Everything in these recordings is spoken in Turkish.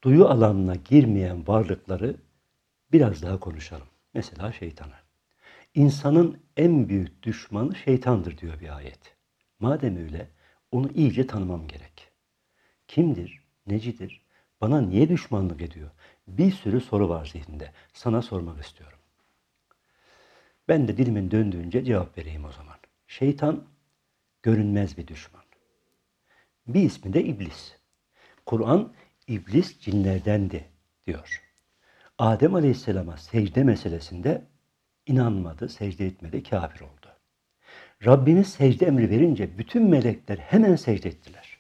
duyu alanına girmeyen varlıkları biraz daha konuşalım. Mesela şeytanı. İnsanın en büyük düşmanı şeytandır diyor bir ayet. Madem öyle onu iyice tanımam gerek. Kimdir? Necidir? Bana niye düşmanlık ediyor? Bir sürü soru var zihninde. Sana sormak istiyorum. Ben de dilimin döndüğünce cevap vereyim o zaman. Şeytan görünmez bir düşman. Bir ismi de iblis. Kur'an iblis cinlerdendi diyor. Adem Aleyhisselam'a secde meselesinde inanmadı, secde etmedi, kafir oldu. Rabbimiz secde emri verince bütün melekler hemen secde ettiler.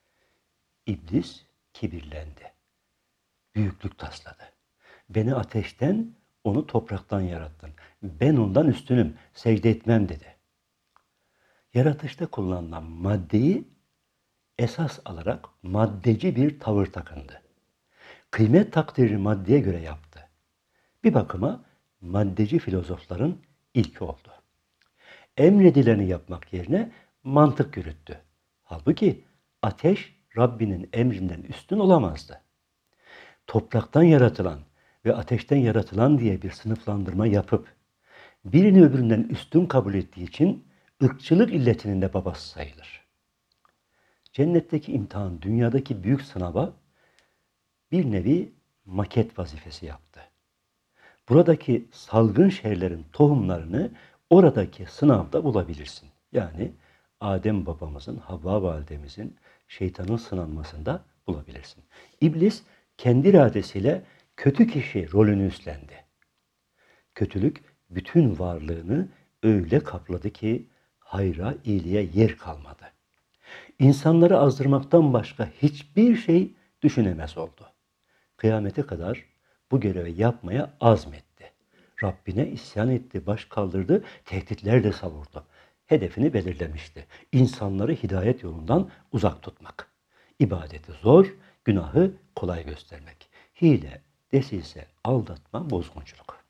İblis kibirlendi, büyüklük tasladı. Beni ateşten, onu topraktan yarattın. Ben ondan üstünüm, secde etmem dedi. Yaratışta kullanılan maddeyi esas alarak maddeci bir tavır takındı. Kıymet takdirini maddeye göre yaptı. Bir bakıma maddeci filozofların ilki oldu. Emredileni yapmak yerine mantık yürüttü. Halbuki ateş Rabbinin emrinden üstün olamazdı. Topraktan yaratılan ve ateşten yaratılan diye bir sınıflandırma yapıp birini öbüründen üstün kabul ettiği için ırkçılık illetinin de babası sayılır. Cennetteki imtihan dünyadaki büyük sınava bir nevi maket vazifesi yaptı. Buradaki salgın şeylerin tohumlarını oradaki sınavda bulabilirsin. Yani Adem babamızın, Havva validemizin şeytanın sınanmasında bulabilirsin. İblis kendi iradesiyle kötü kişi rolünü üstlendi. Kötülük bütün varlığını öyle kapladı ki hayra, iyiliğe yer kalmadı. İnsanları azdırmaktan başka hiçbir şey düşünemez oldu. Kıyamete kadar bu görevi yapmaya azmetti. Rabbine isyan etti, baş kaldırdı, tehditler de savurdu. Hedefini belirlemişti. İnsanları hidayet yolundan uzak tutmak. İbadeti zor, günahı kolay göstermek. Hile, desise, aldatma, bozgunculuk.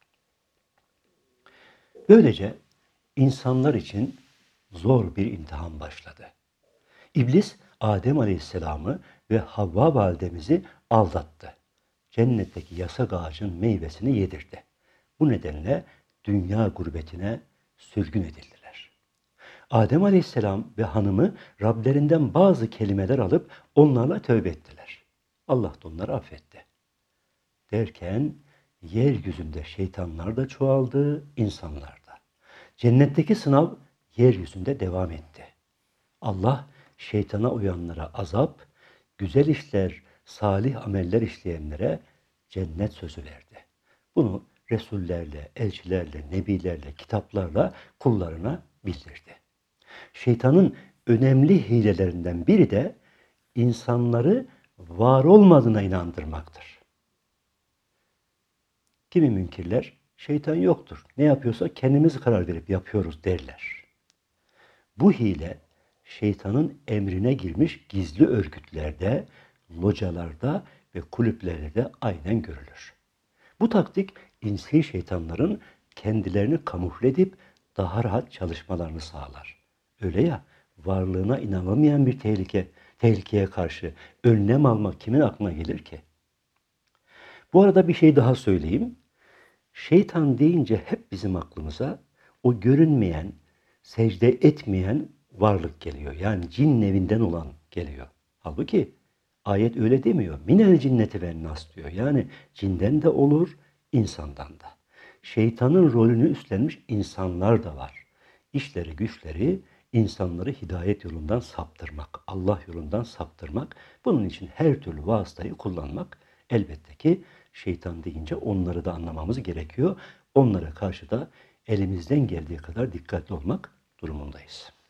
Böylece insanlar için zor bir imtihan başladı. İblis Adem Aleyhisselam'ı ve Havva validemizi aldattı. Cennetteki yasak ağacın meyvesini yedirdi. Bu nedenle dünya gurbetine sürgün edildiler. Adem Aleyhisselam ve hanımı Rablerinden bazı kelimeler alıp onlarla tövbe ettiler. Allah da onları affetti. Derken yeryüzünde şeytanlar da çoğaldı, insanlar da. Cennetteki sınav yeryüzünde devam etti. Allah şeytana uyanlara azap, güzel işler, salih ameller işleyenlere cennet sözü verdi. Bunu Resullerle, elçilerle, nebilerle, kitaplarla kullarına bildirdi. Şeytanın önemli hilelerinden biri de insanları var olmadığına inandırmaktır. Kimi münkirler, şeytan yoktur, ne yapıyorsa kendimiz karar verip yapıyoruz derler. Bu hile, şeytanın emrine girmiş gizli örgütlerde, localarda ve kulüplerde aynen görülür. Bu taktik insi şeytanların kendilerini kamufle edip daha rahat çalışmalarını sağlar. Öyle ya, varlığına inanılmayan bir tehlikeye karşı önlem almak kimin aklına gelir ki? Bu arada bir şey daha söyleyeyim. Şeytan deyince hep bizim aklımıza o görünmeyen, secde etmeyen varlık geliyor. Yani cin evinden olan geliyor. Halbuki ayet öyle demiyor. Minel cinneti ve nas diyor. Yani cinden de olur, insandan da. Şeytanın rolünü üstlenmiş insanlar da var. İşleri güçleri insanları hidayet yolundan saptırmak, Allah yolundan saptırmak. Bunun için her türlü vasıtayı kullanmak elbette ki şeytan deyince onları da anlamamız gerekiyor. Onlara karşı da elimizden geldiği kadar dikkatli olmak durumundayız.